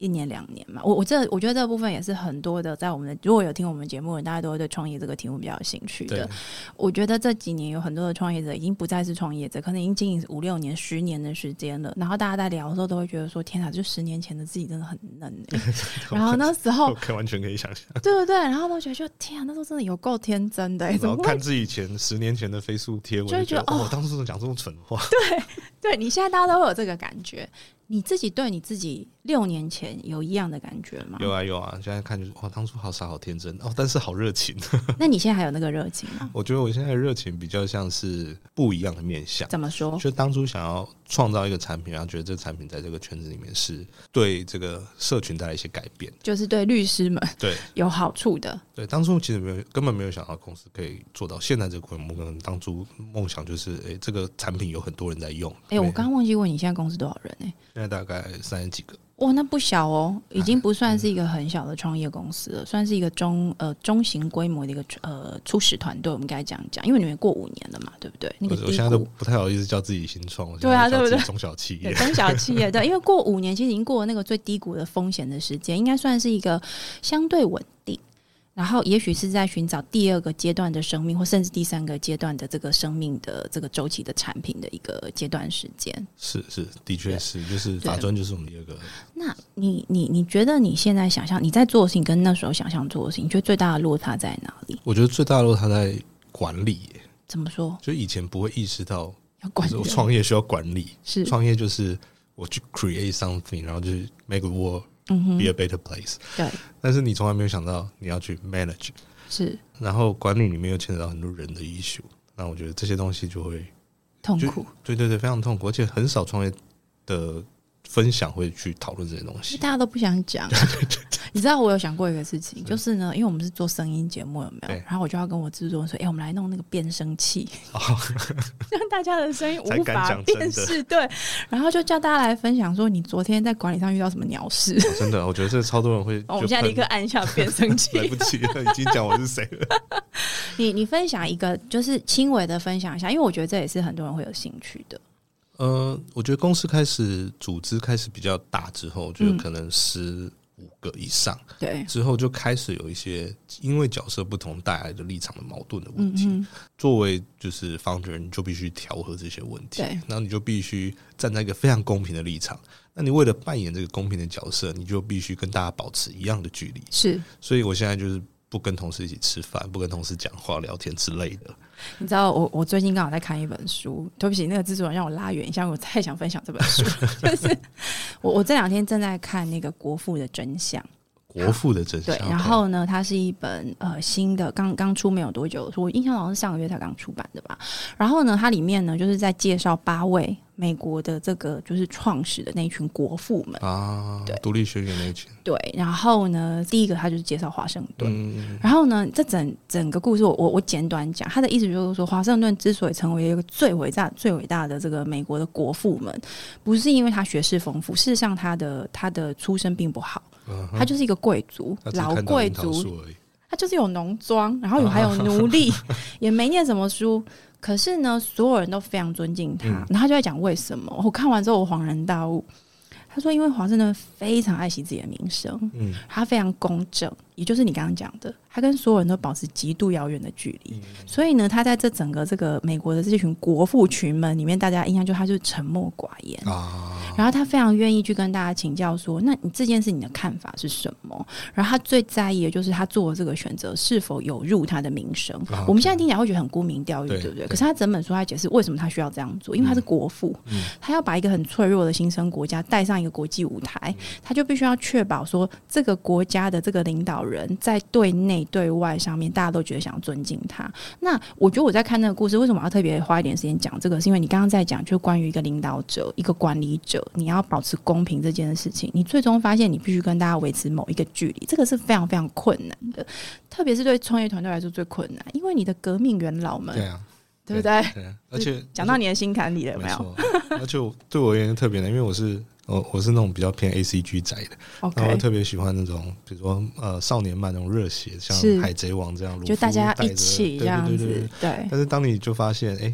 1年2年嘛。我觉得这部分也是很多的，在我们的如果有听我们节目的人，大家都会对创业这个题目比较有兴趣的。我觉得这几年有很多的创业者已经不再是创业者，可能已经经营5、6年、10年的时间了。然后大家在聊的时候都会觉得说：“天哪，就10年前的自己真的很嫩。”然后那时候完全可以想象， 对不对？然后都觉得就天啊，那时候真的有够天真的。 然后看自己10年前的Facebook贴文，就会觉得我当初怎么讲这种蠢话？ 对，你现在大家都会有这个感觉。你自己对你自己6年前有一样的感觉吗？ 有啊，现在看就是当初好傻好天真但是好热情。 那你现在还有那个热情吗？ 我觉得我现在的热情比较像是不一样的面向。 怎么说？ 就当初想要创造一个产品，然后觉得这个产品在这个圈子里面是对这个社群带来一些改变， 就是对律师们有好处的。 对，当初其实根本没有想到公司可以做到现在这个规模。可能当初梦想就是这个产品有很多人在用。 我刚刚忘记问你现在公司多少人现在大概30几个。 哇，那不小哦，已经不算是一个很小的创业公司了，算是一个中型规模的一个初始团队，我们该这样讲，因为你们过5年了嘛，对不对？那个我现在都不太好意思叫自己新创， 对啊，对不对？ 中小企业， 中小企业对，因为过5年其实已经过了那个最低谷的风险的时间，应该算是一个相对稳定。然后也许是在寻找第2个阶段的生命，或甚至第3个阶段的这个生命的这个周期的产品的一个阶段时间。是， 的确是，就是法专就是我们第2个。 那你觉得你现在想象你在做的事情跟那时候想象做的事情，你觉得最大的落差在哪里？ 我觉得最大的落差在管理耶。 怎么说？ 就以前不会意识到要管理， 我创业需要管理。 是， 创业就是我去 create something， 然后就是 make the world。be a better place。 对，但是你从来没有想到你要去 manage， 是， 然后管理里面又牵扯到很多人的 issue， 那我觉得这些东西就会痛苦。 对，非常痛苦，而且很少创业的分享会去讨论这些东西， 大家都不想讲。你知道我有想过一个事情，就是呢，因为我们是做声音节目，有没有？然后我就要跟我制作人说：“我们来弄那个变声器，让大家的声音无法辨识。”对，然后就叫大家来分享说，你昨天在管理上遇到什么鸟事？ 真的，我觉得这超多人会。 我们现在立刻按下变声器， 来不及了，已经讲我是谁了。 你分享一个，就是轻微的分享一下，因为我觉得这也是很多人会有兴趣的。 我觉得公司开始组织开始比较大之后，我觉得可能15个以上， 对， 之后就开始有一些因为角色不同带来的立场的矛盾的问题。作为就是 founder， 你就必须调和这些问题， 对， 然后你就必须站在一个非常公平的立场。那你为了扮演这个公平的角色，你就必须跟大家保持一样的距离。 是， 所以我现在就是不跟同事一起吃饭，不跟同事讲话聊天之类的。 你知道我最近刚好在看一本书，对不起，那个制作人让我拉远一下，我太想分享这本书。就是我这2天正在看那个《国父的真相》。 国父的真相， 对，然后呢，它是一本新的，刚出没有多久，我印象好像是上个月才刚出版的吧。然后呢，它里面呢就是在介绍8位美国的这个就是创始的那一群国父们啊，对，独立宣言那一群。 对，然后呢，第一个他就是介绍华盛顿，然后呢，这整个故事我简短讲，他的意思就是说，华盛顿之所以成为一个最伟大的这个美国的国父们，不是因为他学识丰富，事实上他的出身并不好。他就是一个贵族，老贵族，他就是有农庄，然后还有奴隶，也没念什么书。可是呢，所有人都非常尊敬他。然后他就在讲为什么。我看完之后，我恍然大悟。他说，因为华盛顿非常爱惜自己的名声，他非常公正，也就是你刚刚讲的，他跟所有人都保持极度遥远的距离。所以呢，他在这整个这个美国的这群国父群们里面，大家印象就他就是沉默寡言然后他非常愿意去跟大家请教说，那你这件事你的看法是什么？然后他最在意的就是他做的这个选择是否有入他的名声。我们现在听起来会觉得很沽名钓誉，对不对？可是他整本书他解释为什么他需要这样做，因为他是国父，他要把一个很脆弱的新生国家带上一个国际舞台，他就必须要确保说这个国家的这个领导人在对内对外上面大家都觉得想要尊敬他。那我觉得我在看那个故事，为什么要特别花一点时间讲这个，是因为你刚刚在讲就关于一个领导者一个管理者你要保持公平这件事情，你最终发现你必须跟大家维持某一个距离，这个是非常非常困难的，特别是对创业团队来说最困难，因为你的革命元老们，对不对？ 而且讲到你的心坎里了，有没有？ 而且对我而言特别难，因为我是那种比较偏 ACG 宅的，然后我特别喜欢那种比如说少年漫那种热血，像海贼王这样， 就大家一起这样子。对。 但是当你就发现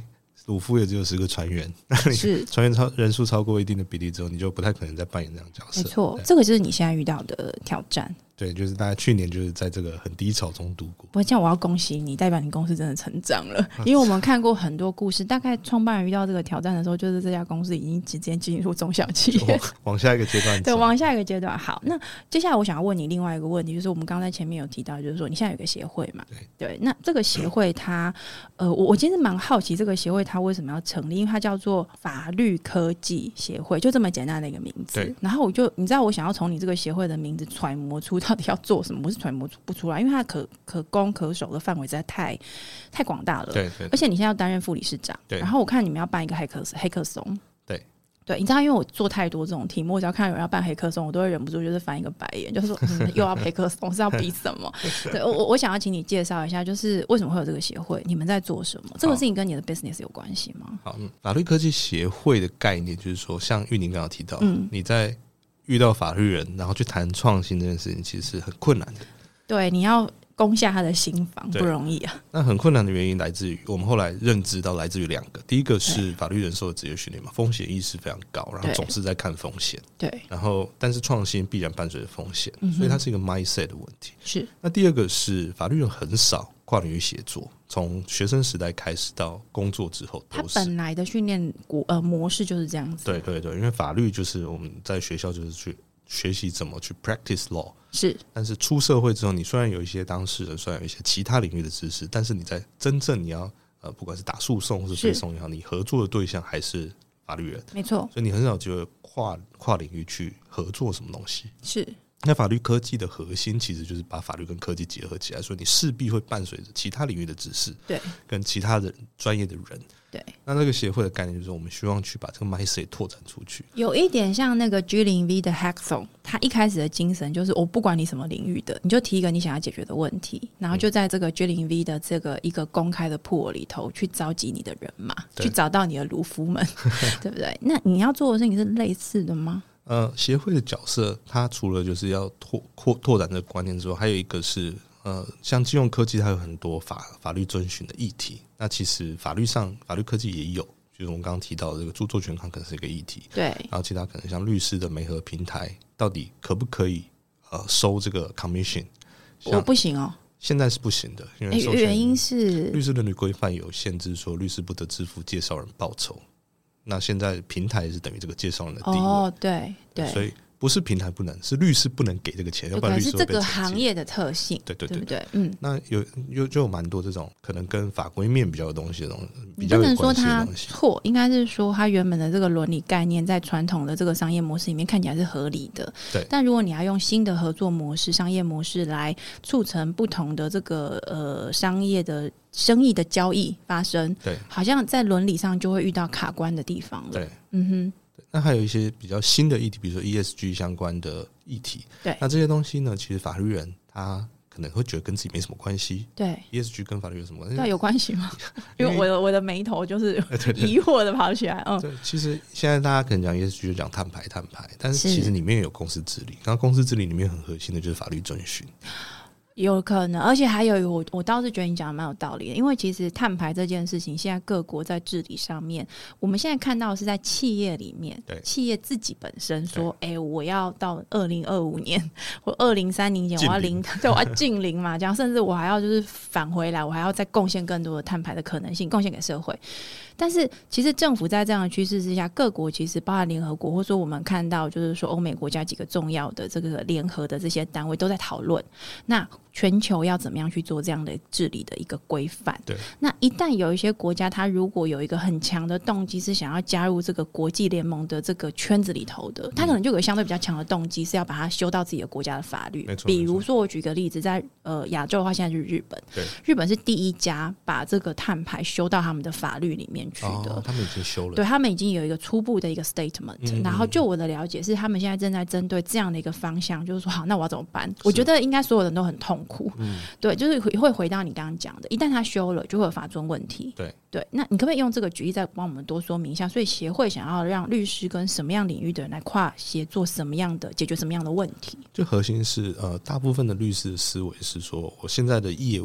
鲁夫也只有10个船员，是船员人数超过一定的比例之后，你就不太可能再扮演这样的角色。 没错，这个就是你现在遇到的挑战。 对，就是大家去年就是在这个很低潮中度过。 不过这样我要恭喜你，代表你公司真的成长了。因为我们看过很多故事，大概创办人遇到这个挑战的时候，就是这家公司已经直接进入中小企业， 往下一个阶段。 对，往下一个阶段。好，那接下来我想要问你另外一个问题，就是我们刚才前面有提到，就是说你现在有一个协会嘛？对，那这个协会它，我其实蛮好奇这个协会它为什么要成立，因为它叫做法律科技协会，就这么简单的一个名字。然后你知道我想要从你这个协会的名字揣摩出到底要做什么。我是揣摩不出来，因为它可攻可守的范围实在太广大了。 对， 而且你现在要担任副理事长，然后我看你们要办一个黑客松。对，你知道，因为我做太多这种题目，我只要看有人要办黑客松，我都会忍不住就是翻一个白眼，就是说又要黑客松是要比什么？对，我想要请你介绍一下，就是为什么会有这个协会，你们在做什么？这个事情跟你的 business 有关系吗？ 好，法律科技协会的概念就是说，像玉宁刚刚提到，你在遇到法律人，然后去谈创新这件事情，其实是很困难的。对， 你要攻下他的心房不容易啊。 那很困难的原因来自于我们后来认知到来自于2个，第一个是法律人受的职业训练嘛，风险意识非常高，然后总是在看风险。对，然后但是创新必然伴随着风险，所以它是一个 mindset 的问题。是。那第二个是法律人很少跨领域协作，从学生时代开始到工作之后都是， 他本来的训练模式就是这样子。 对，因为法律就是我们在学校就是去学习怎么去 practice law， 是。但是出社会之后，你虽然有一些当事人，虽然有一些其他领域的知识，但是你在真正你要不管是打诉讼或是非讼也好，你合作的对象还是法律人， 没错。 所以你很少就会跨领域去合作什么东西。 是。 那法律科技的核心其实就是把法律跟科技结合起来，所以你势必会伴随着其他领域的知识，对，跟其他的专业的人。对，那这个协会的概念就是我们希望去把这个 mindset 拓展出去， 有一点像那个 G0V 的 Hackathon， 它一开始的精神就是我不管你什么领域的，你就提一个你想要解决的问题，然后就在这个 G0V 的这个一个公开的 pool 里头去召集你的人马，去找到你的卢夫们，对不对？那你要做的事情是类似的吗？ 协会的角色，它除了就是要拓展这个观念之外，还有一个是像金融科技，它有很多法律遵循的议题。那其实法律科技也有，就是我们刚刚提到的这个著作权可能是一个议题。对，然后其他可能像律师的媒合平台，到底可不可以收这个 commission？ 我不行哦。 现在是不行的，因为原因是律师伦理规范有限制，说律师不得支付介绍人报酬。那现在平台是等于这个介绍人的地位，对，所以不是平台不能，是律师不能给这个钱，要不然律师会被是这个行业的特性， 对不对？那就有蛮多这种可能跟法规面比较有东西的东西，比较有关系的东西。 错，应该是说它原本的这个伦理概念在传统的这个商业模式里面看起来是合理的，对。但如果你要用新的合作模式、商业模式来促成不同的这个商业的生意的交易发生，对，好像在伦理上就会遇到卡关的地方了。对， 那还有一些比较新的议题，比如说 ESG 相关的议题，对，那这些东西呢，其实法律人他可能会觉得跟自己没什么关系。对 ，ESG 跟法律有什么关系？ 对，有关系吗？因为我的眉头就是疑惑的跑起来。 对，其实现在大家可能讲 ESG 就讲碳排，但是其实里面有公司治理，然后公司治理里面很核心的就是法律遵循。 有可能，而且还有我倒是觉得你讲的蛮有道理的，因为其实碳排这件事情，现在各国在治理上面，我们现在看到的是在企业里面，企业自己本身说，我要到2025年或2030年我要零，对，我要净零嘛，这样，甚至我还要就是返回来，我还要再贡献更多的碳排的可能性，贡献给社会。但是其实政府在这样的趋势之下，各国其实包含联合国，或者说我们看到就是说欧美国家几个重要的这个联合的这些单位都在讨论，那全球要怎么样去做这样的治理的一个规范。对，那一旦有一些国家它如果有一个很强的动机是想要加入这个国际联盟的这个圈子里头的，它可能就有相对比较强的动机是要把它修到自己的国家的法律。比如说我举个例子，在亚洲的话，现在就是日本，日本是第一家把这个碳排修到他们的法律里面去的。 他们已经修了， 对，他们已经有一个初步的一个 statement。然后就我的了解是，他们现在正在针对这样的一个方向，就是说好，那我要怎么办？我觉得应该所有人都很痛苦。对，就是会回到你刚刚讲的，一旦他修了，就会有法遵问题。对，那你可不可以用这个举例再帮我们多说明一下？所以协会想要让律师跟什么样领域的人来跨协作，什么样的解决什么样的问题？ 就核心是大部分的律师的思维是说，我现在的业务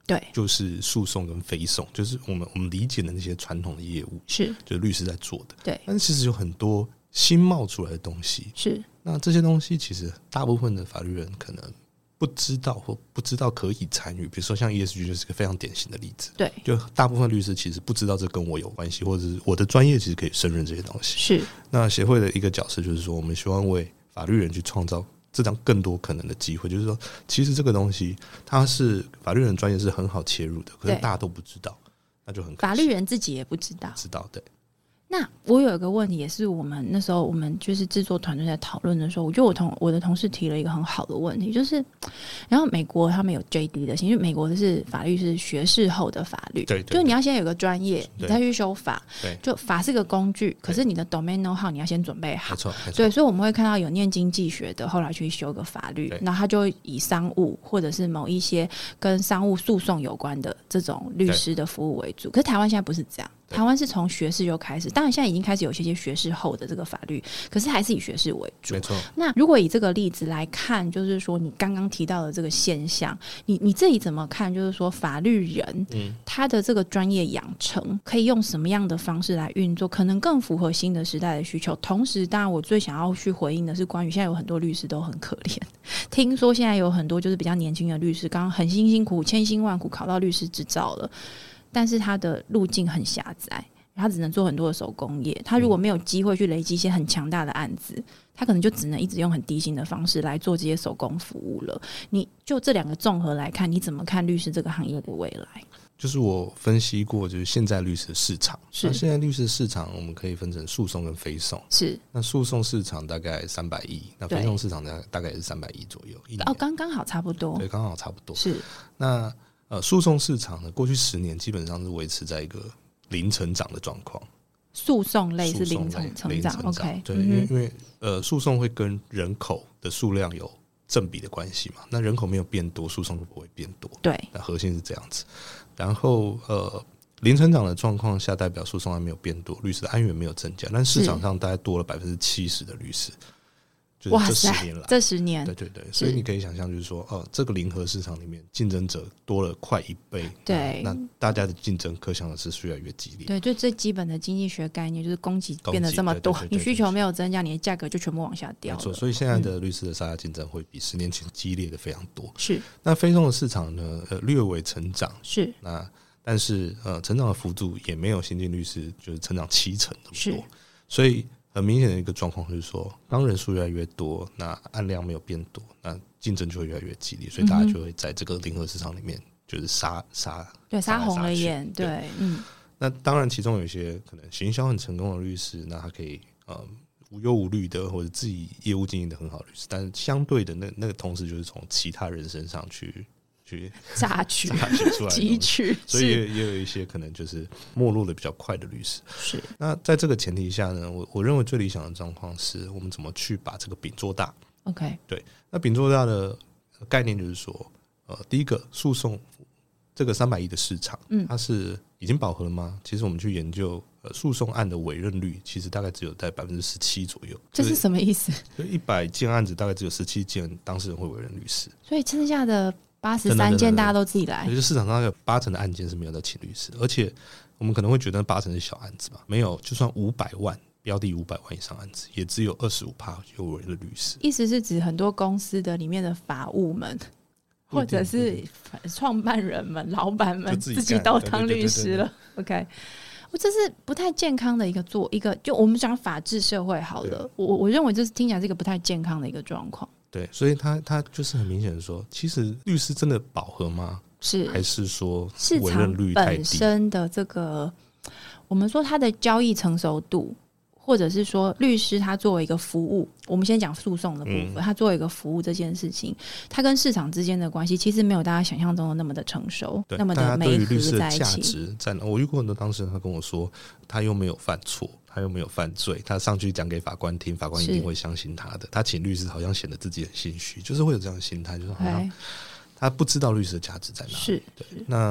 对， 就是诉讼跟非讼，就是我们理解的那些传统的业务， 是就是律师在做的。 对， 但是其实有很多新冒出来的东西， 是那这些东西其实大部分的法律人可能不知道或不知道可以参与，比如说像 ESG 就是个非常典型的例子。 对， 就大部分律师其实不知道这跟我有关系，或者是我的专业其实可以胜任这些东西。 是， 那协会的一个角色就是说，我们希望为法律人去创造这样更多可能的机会，就是说，其实这个东西它是法律人专业是很好切入的，可是大家都不知道，那就很可惜。 法律人自己也不知道， 对。 那我有一个问题，也是我们那时候我们就是制作团队在讨论的时候，我觉得我的同事提了一个很好的问题，就是然后美国他们有 JD 的，因为美国的是法律是学士后的法律， 对， 就你要先有个专业，你再去修法， 对， 就法是个工具，可是你的 domain know how 你要先准备好， 没错， 对，所以我们会看到有念经济学的，后来去修个法律，然后他就以商务或者是某一些跟商务诉讼有关的这种律师的服务为主，可是台湾现在不是这样。台湾是从学士就开始，当然现在已经开始有些学士后的这个法律，可是还是以学士为主。 没错。 那如果以这个例子来看，就是说你刚刚提到的这个现象，你自己怎么看？就是说法律人，他的这个专业养成可以用什么样的方式来运作，可能更符合新的时代的需求。同时，当然我最想要去回应的是关于现在有很多律师都很可怜，听说现在有很多就是比较年轻的律师，刚刚很辛苦千辛万苦考到律师执照了。但是他的路径很狭窄，他只能做很多的手工业，他如果没有机会去累积一些很强大的案子，他可能就只能一直用很低薪的方式来做这些手工服务了。你就这两个综合来看，你怎么看律师这个行业的未来？ 就是我分析过，就是现在律师的市场，那现在律师市场我们可以分成诉讼跟非讼。 是， 那诉讼市场大概300亿，那非讼市场大概也是300亿左右。 哦，刚好差不多。 对，刚好差不多。 是， 那诉讼市场呢，过去10年基本上是维持在一个零成长的状况。 诉讼类是零成长 ，OK， 对，因为诉讼会跟人口的数量有正比的关系嘛，那人口没有变多，诉讼就不会变多。 对， 那核心是这样子。然后零成长的状况下，代表诉讼还没有变多，律师的案源没有增加，但市场上大概多了70%的律师。就是这10年来， 这10年， 对，所以你可以想象，就是说，这个零和市场里面，竞争者多了快1倍， 对， 那大家的竞争可想而知是越来越激烈。 对，就最基本的经济学概念，就是供给变得这么多，你需求没有增加，你的价格就全部往下掉了。 没错，所以现在的律师的杀价竞争会比10年前激烈的非常多。 是， 那非讼的市场呢，略微成长， 是， 但是成长的幅度也没有新进律师就是成长70%那么多，所以。很明显的一个状况就是说，当人数越来越多，那案量没有变多，那竞争就会越来越激烈，所以大家就会在这个零和市场里面就是杀红了眼，对， 那当然，其中有一些可能行销很成功的律师，那他可以无忧无虑的，或者自己业务经营的很好的律师，但是相对的那个同时就是从其他人身上去榨取出来汲取， 所以也有一些可能就是没落的比较快的律师。 是， 那在这个前提下呢，我认为最理想的状况是我们怎么去把这个饼做大。 OK， 对，那饼做大的概念就是说，第一个诉讼这个300亿的市场，它是已经饱和了吗？其实我们去研究诉讼案的委任率，其实大概只有在17%左右。 这是什么意思？ 就100件案子，大概只有17件当事人会委任律师， 所以剩下的83件大家都自己来。 就市场上有80%的案件是没有在请律师，而且我们可能会觉得80%是小案子嘛，没有，就算500万标的500万以上案子，也只有25%有委任律师。 意思是指很多公司的里面的法务们，或者是创办人们、老板们自己都当律师了。OK， 这是不太健康的一个就我们讲法治社会好了，我认为这是听起来是一个不太健康的一个状况。 对，所以他就是很明显的说，其实律师真的饱和吗？ 是， 还是说市场本身的这个，我们说它的交易成熟度，或者是说律师他作为一个服务，我们先讲诉讼的部分，他作为一个服务这件事情，他跟市场之间的关系其实没有大家想象中的那么的成熟，那么的媒合在一起。 我遇过很多当事人，他跟我说，他又没有犯错，他又没有犯罪，他上去讲给法官听，法官一定会相信他的。他请律师好像显得自己很心虚，就是会有这样的心态，就是好像他不知道律师的价值在哪里。 是， 对。那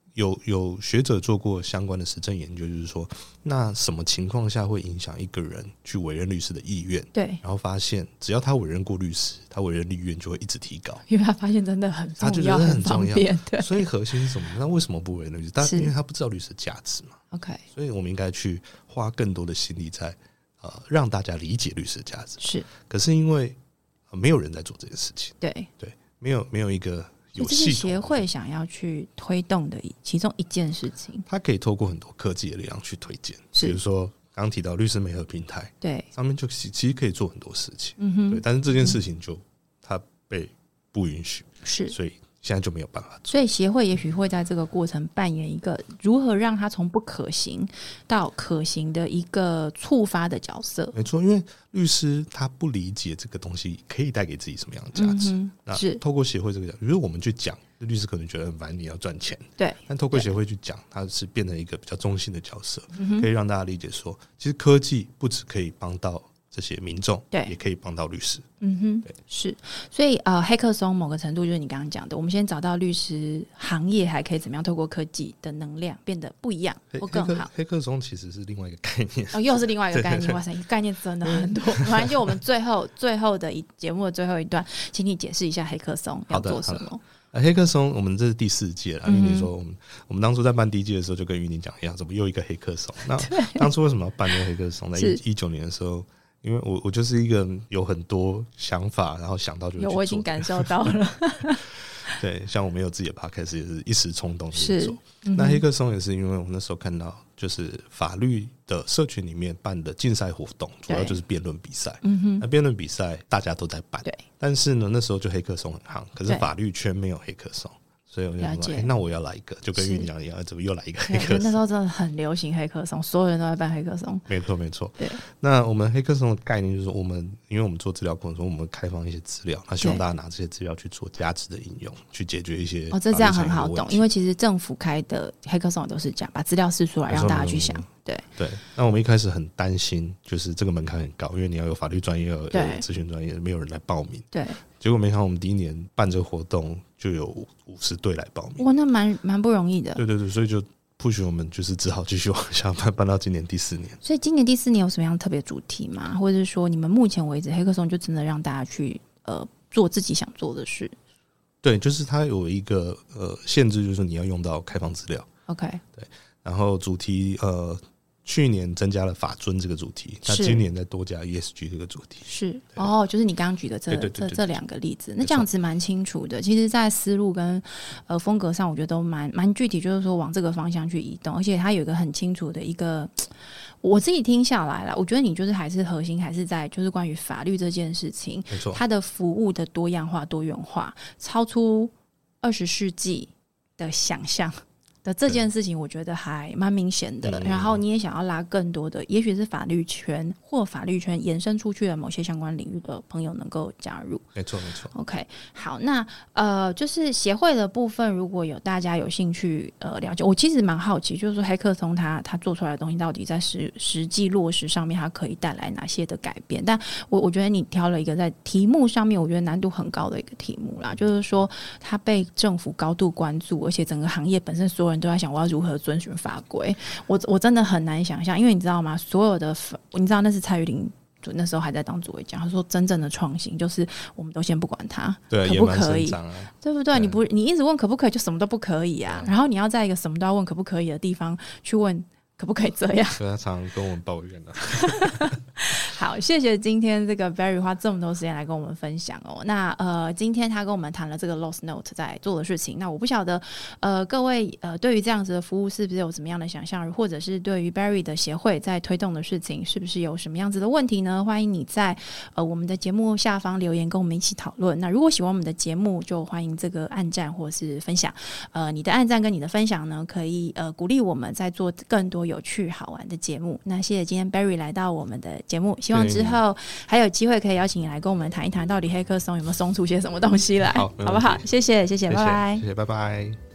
有学者做过相关的实证研究，就是说那什么情况下会影响一个人去委任律师的意愿， 对， 然后发现只要他委任过律师，他委任意愿就会一直提高， 因为他发现真的很重要， 他就觉得很重要， 对， 所以核心是什么？那为什么不委任律师？但因为他不知道律师的价值嘛。 OK， 所以我们应该去花更多的心力在让大家理解律师的价值。 是， 可是因为没有人在做这件事情， 对， 没有一个有系统的， 这是协会想要去推动的其中一件事情。 它可以透过很多科技的力量去推荐，比如说刚刚提到律师媒合平台， 对， 上面就其实可以做很多事情，对，但是这件事情就它被不允许， 是， 所以现在就没有办法做。 所以协会也许会在这个过程扮演一个如何让它从不可行到可行的一个触发的角色。 没错，因为律师他不理解这个东西可以带给自己什么样的价值，那透过协会这个角度，比如我们去讲，律师可能觉得很烦，你要赚钱， 对， 但透过协会去讲，它是变成一个比较中性的角色，可以让大家理解说，其实科技不只可以帮到这些民众，对，也可以帮到律师。 对，是。所以黑客松某个程度就是你刚刚讲的，我们先找到律师行业还可以怎么样透过科技的能量变得不一样或更好。 黑客松其实是另外一个概念， 又是另外一个概念。哇塞，概念真的很多。反正就我们最后的节目的最后一段，请你解释一下黑客松要做什么。 黑客松我们这是第4届了，因为你说我们当初在办第1届的时候就跟玉宁讲一样，怎么又一个黑客松？那当初为什么要办这个黑客松？在19年的时候，因为我就是一个有很多想法，然后想到就去做， 我已经感受到了。 对，像我们有自己的 podcast 也是一时冲动去做。那黑客松也是因为我们那时候看到，就是法律的社群里面办的竞赛活动，主要就是辩论比赛。那辩论比赛大家都在办，但是呢，那时候就黑客松很夯，可是法律圈没有黑客松。所以我就说，那我要来一个，就跟玉宁讲一样，怎么又来一个黑客松？ 那时候真的很流行黑客松，所有人都在办黑客松。 没错，没错。对，那我们黑客松的概念就是说，因为我们做资料库的时候，我们开放一些资料，那希望大家拿这些资料去做价值的应用，去解决一些这样很好懂，因为其实政府开的黑客松都是这样，把资料释出来让大家去想。对， 那我们一开始很担心，就是这个门槛很高，因为你要有法律专业，要有咨询专业，没有人来报名。对，结果没想到我们第1年办这个活动就有50队来报名。 哇，那蛮不容易的。 对，所以就 push 我们就是只好继续往下办到今年第4年。 所以今年第4年有什么样特别主题吗？或者是说你们目前为止黑客松就真的让大家去做自己想做的事？ 对，就是它有一个限制，就是你要用到开放资料。 OK， 对，然后主题去年增加了法遵这个主题，那今年再多加 ESG 这个主题。 是就是你刚刚举的这2个例子，那这样子蛮清楚的。其实在思路跟风格上我觉得都蛮具体，就是说往这个方向去移动，而且它有一个很清楚的一个，我自己听下来了，我觉得你就是还是核心还是在就是关于法律这件事情，没错，它的服务的多样化多元化超出20世纪的想象的这件事情，我觉得还蛮明显的。然后你也想要拉更多的，也许是法律圈或法律圈延伸出去的某些相关领域的朋友能够加入。 没错。 OK， 好，那就是协会的部分，如果有大家有兴趣了解，我其实蛮好奇，就是说黑客松它做出来的东西到底在实际落实上面，它可以带来哪些的改变？但我觉得你挑了一个在题目上面，我觉得难度很高的一个题目啦，就是说它被政府高度关注，而且整个行业本身所有人都在想我要如何遵循法规。我真的很难想象，因为你知道吗？所有的你知道那是蔡玉玲那时候还在当主委讲，他说真正的创新就是我们都先不管它可不可以，对不对？你一直问可不可以，就什么都不可以啊。然后你要在一个什么都要问可不可以的地方去问可不可以这样， 所以他常常跟我们抱怨的。 好，谢谢今天这个 Barry 花这么多时间来跟我们分享哦。那今天他跟我们谈了这个 Lost Note 在做的事情。那我不晓得各位对于这样子的服务是不是有什么样的想象，或者是对于 Barry 的协会在推动的事情是不是有什么样子的问题呢？欢迎你在我们的节目下方留言跟我们一起讨论。那如果喜欢我们的节目，就欢迎这个按赞或是分享。你的按赞跟你的分享呢，可以鼓励我们在做更多有趣好玩的节目。那谢谢今天 Barry 来到我们的节目，希望之后还有机会可以邀请你来跟我们谈一谈，到底黑客松有没有松出些什么东西来，好不好？谢谢，拜拜。 谢谢，拜拜。